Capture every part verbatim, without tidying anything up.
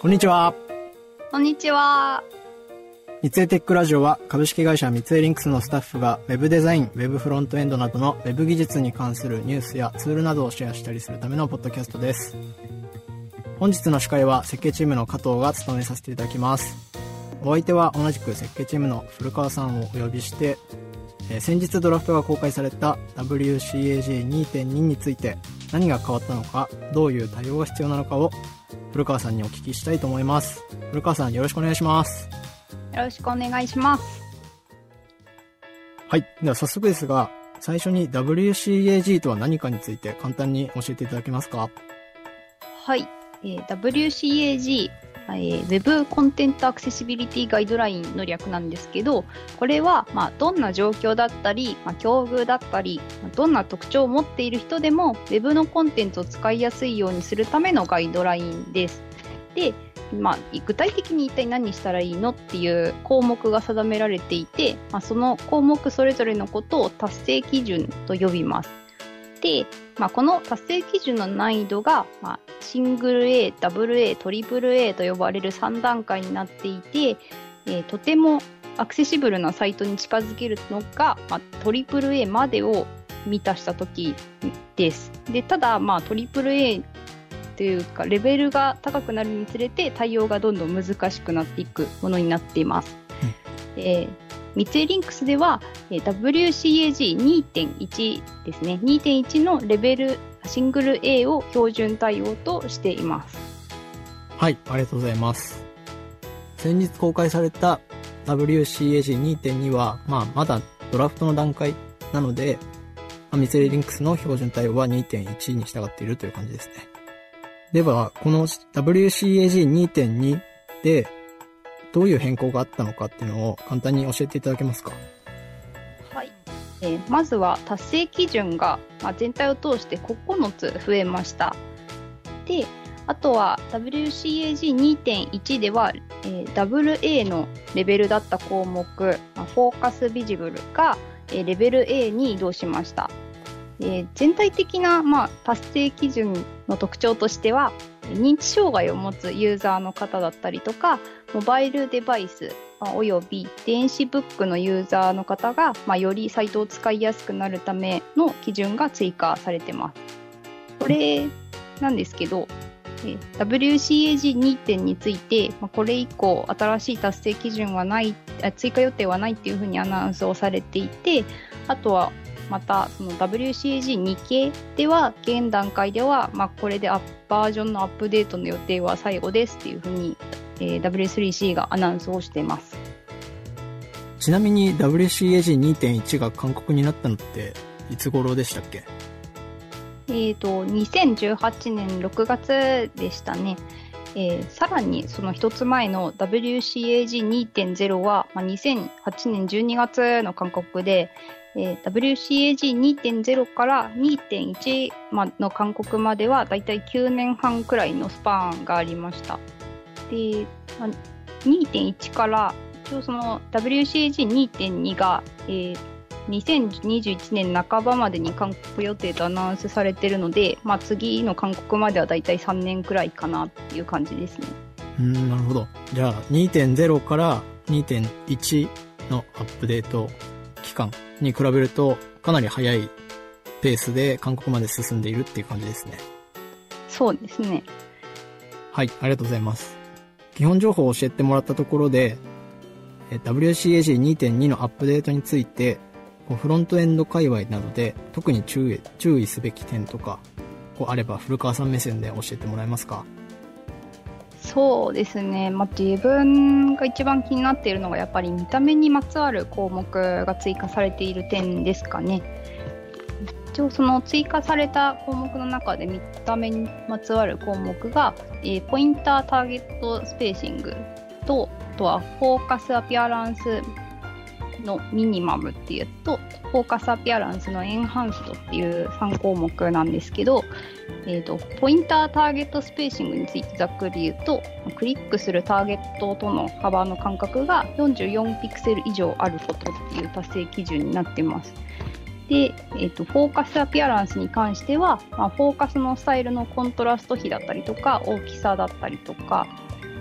こんにちは。 こんにちは。 三井テックラジオは株式会社三井リンクスのスタッフが Web デザイン、Web フロントエンドなどの Web 技術に関するニュースやツールなどをシェアしたりするためのポッドキャストです。本日の司会は設計チームの加藤が務めさせていただきます。お相手は同じく設計チームの古川さんをお呼びして、えー、先日ドラフトが公開された ダブリューシーエージーにてんに について何が変わったのか、どういう対応が必要なのかを古川さんにお聞きしたいと思います。古川さん、よろしくお願いします。 よろしくお願いします。 はい。では早速ですが、最初に ダブリューシーエージー とは何かについて簡単に教えていただけますか？ はい。えー、ダブリューシーエージー、えー、Web コンテンツアクセシビリティガイドラインの略なんですけど、これは、まあ、どんな状況だったり、まあ、境遇だったり、どんな特徴を持っている人でも Web のコンテンツを使いやすいようにするためのガイドラインです。で、まあ、具体的に一体何したらいいのっていう項目が定められていて、まあ、その項目それぞれのことを達成基準と呼びます。で、まあ、この達成基準の難易度が、まあ、シングル A、ダブル A、トリプル A と呼ばれるさん段階になっていて、えー、とてもアクセシブルなサイトに近づけるのが、まあ、トリプル A までを満たした時です。で、ただ、まあ、トリプル Aというかレベルが高くなるにつれて対応がどんどん難しくなっていくものになっています。うん、えー、三井リンクスでは ダブリューシーエージーにてんいち ですね。にてんいち のレベルシングル A を標準対応としています。 はい、ありがとうございます。先日公開された ダブリューシーエージーにてんに は、まあ、まだドラフトの段階なので、まあ、三井リンクスの標準対応は にてんいち に従っているという感じですね。では、この ダブリューシーエージーにてんに でどういう変更があったのかっていうのを簡単に教えていただけますか？ はい。えー、まずは達成基準が、まあ、全体を通してここのつ増えました。で、あとは ダブリューシーエージーにてんいち では、えー、ダブル A のレベルだった項目、まあ、フォーカスビジブルが、えー、レベル A に移動しました。えー、全体的な、まあ、達成基準の特徴としては、認知障害を持つユーザーの方だったりとか、モバイルデバイスおよび電子ブックのユーザーの方が、まあ、よりサイトを使いやすくなるための基準が追加されてます。これなんですけど、え ダブリューシーエージーにてん について、まあ、これ以降新しい達成基準はない、追加予定はないっていうふうにアナウンスをされていて、あとはまたその ダブリューシーエージーに 系では現段階では、まあ、これでアッバージョンのアップデートの予定は最後ですっていうふうに、えー、ダブリュースリーシー がアナウンスをしています。 ちなみに ダブリューシーエージーにてんいち が勧告になったのっていつ頃でしたっけ？ えーと、にせんじゅうはちねんろくがつでしたね。えー、さらにその一つ前の ダブリューシーエージーにてんゼロ は、まあ、にせんはちねんじゅうにがつの勧告で、えー、ダブリューシーエージーにてんゼロ から にてんいち の勧告まではだいたいきゅうねんはんくらいのスパンがありました。で、まあ、にてんいち から一応その ダブリューシーエージーにてんに が、えー、にせんにじゅういちねん半ばまでに勧告予定とアナウンスされているので、まあ、次の勧告まではだいたいさんねんくらいかなっていう感じですね。 うーん、なるほど。じゃあ にてんゼロ から にてんいち のアップデート期間に比べるとかなり早いペースで勧告まで進んでいるっていう感じですね。 そうですね。 はい、ありがとうございます。基本情報を教えてもらったところで ダブリューシーエージーにてんに のアップデートについてフロントエンド界隈などで特に注意、注意すべき点とかこうあれば古川さん目線で教えてもらえますか？ そうですね、まあ、自分が一番気になっているのがやっぱり見た目にまつわる項目が追加されている点ですかね。一応その追加された項目の中で見た目にまつわる項目が、えー、ポインターターゲットスペーシングと、あとはフォーカスアピアランスのミニマムっていうと、フォーカスアピアランスのエンハンスドっていうさん項目なんですけど、えーと、ポインターターゲットスペーシングについてざっくり言うと、クリックするターゲットとの幅の間隔がよんじゅうよんピクセル以上あることっていう達成基準になってます。で、えーと、フォーカスアピアランスに関しては、まあ、フォーカスのスタイルのコントラスト比だったりとか大きさだったりとか、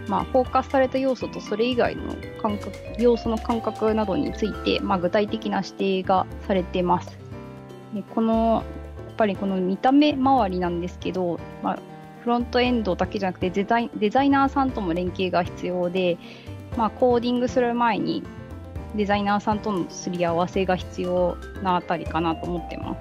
まあ、フォーカスされた要素とそれ以外の感覚要素の感覚などについて、まあ、具体的な指定がされています。でこのやっぱりこの見た目周りなんですけど、まあ、フロントエンドだけじゃなくてデザイン、デザイナーさんとも連携が必要で、まあ、コーディングする前にデザイナーさんとのすり合わせが必要なあたりかなと思ってます。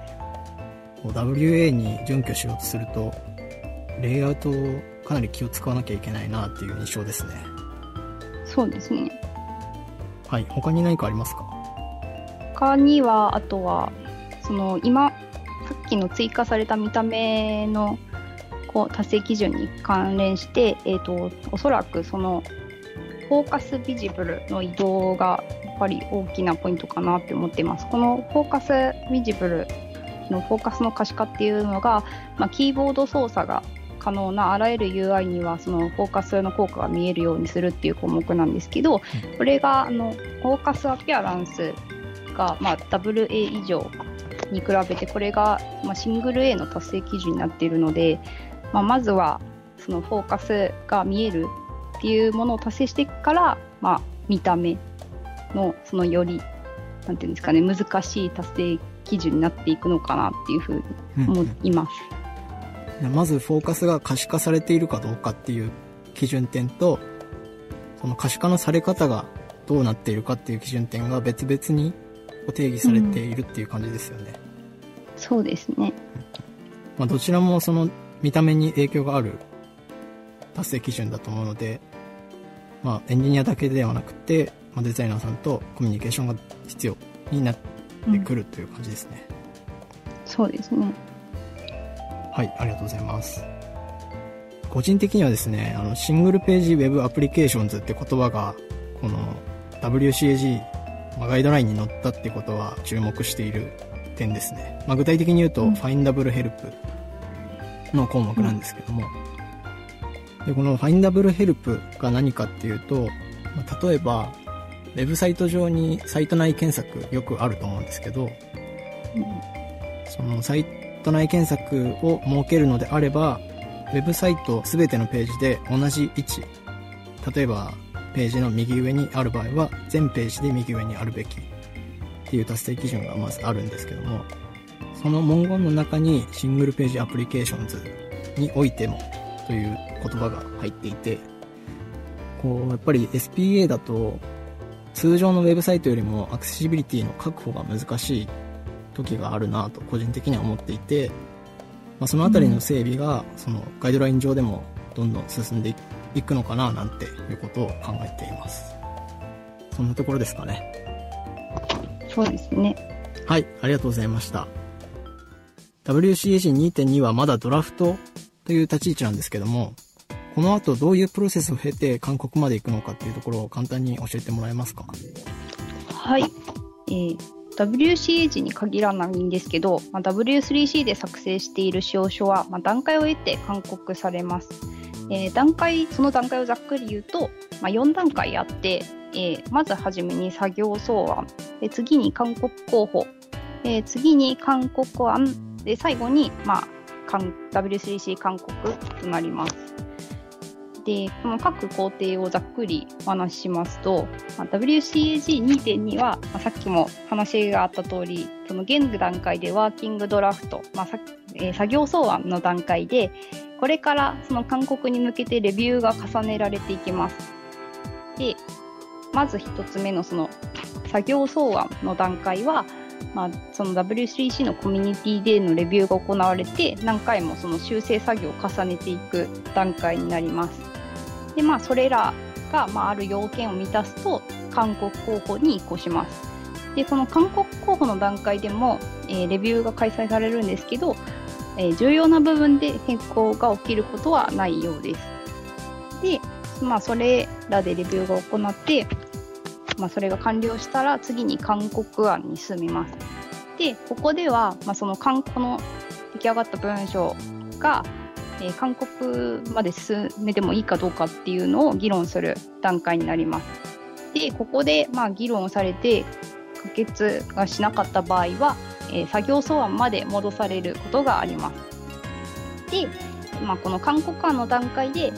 ダブリューエー に準拠しようとするとレイアウトをかなり気を使わなきゃいけないなっていう印象ですね。 そうですね。 はい、他に何かありますか？ 他には、あとはその今さっきの追加された見た目のこう達成基準に関連して、えーと、おそらくそのフォーカスビジブルの移動がやっぱり大きなポイントかなって思っています。このフォーカスビジブルのフォーカスの可視化っていうのが、まあ、キーボード操作が可能なあらゆる ユーアイ にはそのフォーカスの効果が見えるようにするっていう項目なんですけど、これがあのフォーカスアピアランスが、まあ、ダブル エー 以上に比べてこれが、まあ、シングル エー の達成基準になっているので、まあ、まずはそのフォーカスが見えるっていうものを達成してから、まあ、見た目のそのよりなんていうんですかね、難しい達成基準になっていくのかなっていうふうに思います。 うん、まずフォーカスが可視化されているかどうかっていう基準点と、その可視化のされ方がどうなっているかっていう基準点が別々に定義されているっていう感じですよね。 うん、そうですね。 まあ、どちらもその見た目に影響がある達成基準だと思うので、まあ、エンジニアだけではなくて、まあ、デザイナーさんとコミュニケーションが必要になってくるという感じですね。 うん、そうですね。 はい、ありがとうございます。個人的にはですね、あのシングルページウェブアプリケーションズって言葉がこの ダブリューシーエージー、まあ、ガイドラインに載ったってことは注目している点ですね。まあ、具体的に言うと、うん、ファインダブルヘルプの項目なんですけども、うん、でこのファインダブルヘルプが何かっていうと、まあ、例えばウェブサイト上にサイト内検索よくあると思うんですけど、うん、そのサイト内検索を設けるのであれば、ウェブサイト全てのページで同じ位置、例えばページの右上にある場合は全ページで右上にあるべきっていう達成基準がまずあるんですけども、その文言の中にシングルページアプリケーションズにおいてもという言葉が入っていて、こうやっぱり エスピーエー だと通常のウェブサイトよりもアクセシビリティの確保が難しい時があるなと個人的には思っていて、まあ、そのあたりの整備がそのガイドライン上でもどんどん進んでいくのかななんていうことを考えています。そんなところですかね。 そうですね。 はい、ありがとうございました。 ダブリューシーエージーにてんに はまだドラフトという立ち位置なんですけども、この後どういうプロセスを経て勧告まで行くのかっていうところを簡単に教えてもらえますか？ はい、えー、ダブリューシーエージー に限らないんですけど、まあ、ダブリュースリーシー で作成している仕様書は、まあ、段階を得て勧告されます。えー、段階その段階をざっくり言うと、まあ、よん段階あって、えー、まずはじめに作業草案、で次に勧告候補、えー、次に勧告案で最後に、まあ、ダブリュースリーシー 勧告となります。でこの各工程をざっくりお話ししますと、まあ、ダブリューシーエージーにてんに は、まあ、さっきも話があった通り、その現段階でワーキングドラフト、まあさえー、作業草案の段階で、これからその勧告に向けてレビューが重ねられていきます。でまずひとつめのその作業草案の段階は、まあ、その ダブリュースリーシー のコミュニティでのレビューが行われて、何回もその修正作業を重ねていく段階になります。でまあ、それらが、まあ、ある要件を満たすと勧告候補に移行します。でこの勧告候補の段階でも、えー、レビューが開催されるんですけど、えー、重要な部分で変更が起きることはないようです。で、まあ、それらでレビューが行って、まあ、それが完了したら次に勧告案に進みます。でここでは、まあ、その勧告の出来上がった文章がえー、勧告まで進めてもいいかどうかっていうのを議論する段階になります。でここで、まあ、議論されて可決がしなかった場合は、えー、作業草案まで戻されることがあります。で、まあ、この勧告案の段階で、えー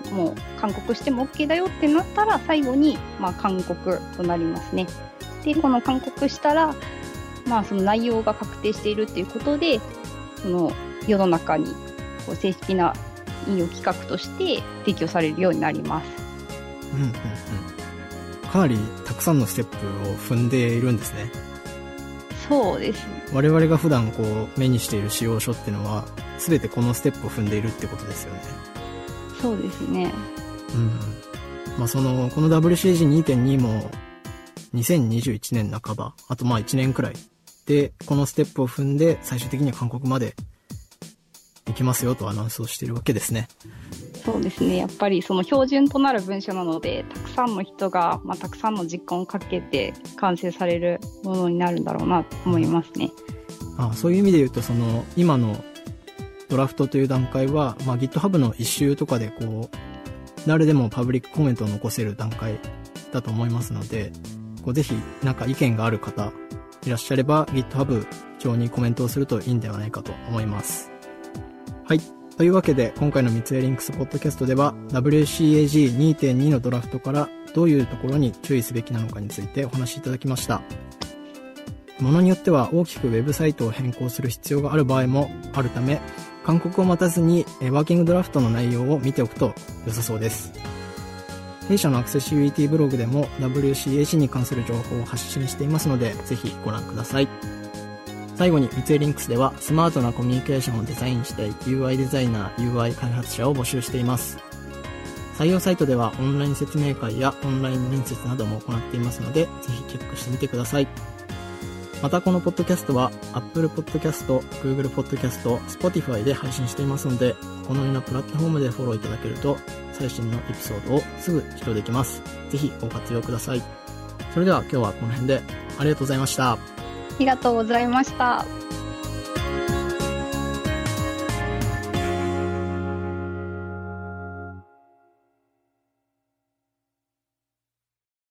もう勧告しても OK だよってなったら、最後にまあ勧告となりますね。で、この勧告したら、まあ、その内容が確定しているっていうことで、その世の中にこう正式な引用規格として提供されるようになります。 うんうんうん。かなりたくさんのステップを踏んでいるんですね。 そうですね。 我々が普段こう目にしている使用書っていうのは全てこのステップを踏んでいるってことですよね。 そうですね。 うん。まあそのこの ダブリューシーエージーにてんに もにせんにじゅういちねん半ば、あとまあいちねんくらいでこのステップを踏んで最終的には勧告まで行きますよとアナウンスをしているわけですね。 そうですね。やっぱりその標準となる文書なので、たくさんの人が、まあ、たくさんの実行をかけて完成されるものになるんだろうなと思いますね。 ああ、そういう意味で言うと、その今のドラフトという段階は、まあ、GitHub の一周とかでこう誰でもパブリックコメントを残せる段階だと思いますので、こうぜひなんか意見がある方いらっしゃれば GitHub 上にコメントをするといいんではないかと思います。はい。というわけで今回の三井リンクスポッドキャストでは ダブリューシーエージーにてんに のドラフトからどういうところに注意すべきなのかについてお話しいただきました。ものによっては大きくウェブサイトを変更する必要がある場合もあるため、勧告を待たずにワーキングドラフトの内容を見ておくと良さそうです。弊社のアクセシビリティブログでも ダブリューシーエージー に関する情報を発信していますので、ぜひご覧ください。最後に三井リンクスではスマートなコミュニケーションをデザインしたい ユーアイ デザイナー、ユーアイ 開発者を募集しています。採用サイトではオンライン説明会やオンライン面接なども行っていますので、ぜひチェックしてみてください。またこのポッドキャストは Apple Podcast、Google Podcast、Spotify で配信していますので、このようなプラットフォームでフォローいただけると最新のエピソードをすぐ視聴できます。ぜひご活用ください。それでは今日はこの辺でありがとうございました。 ありがとうございました。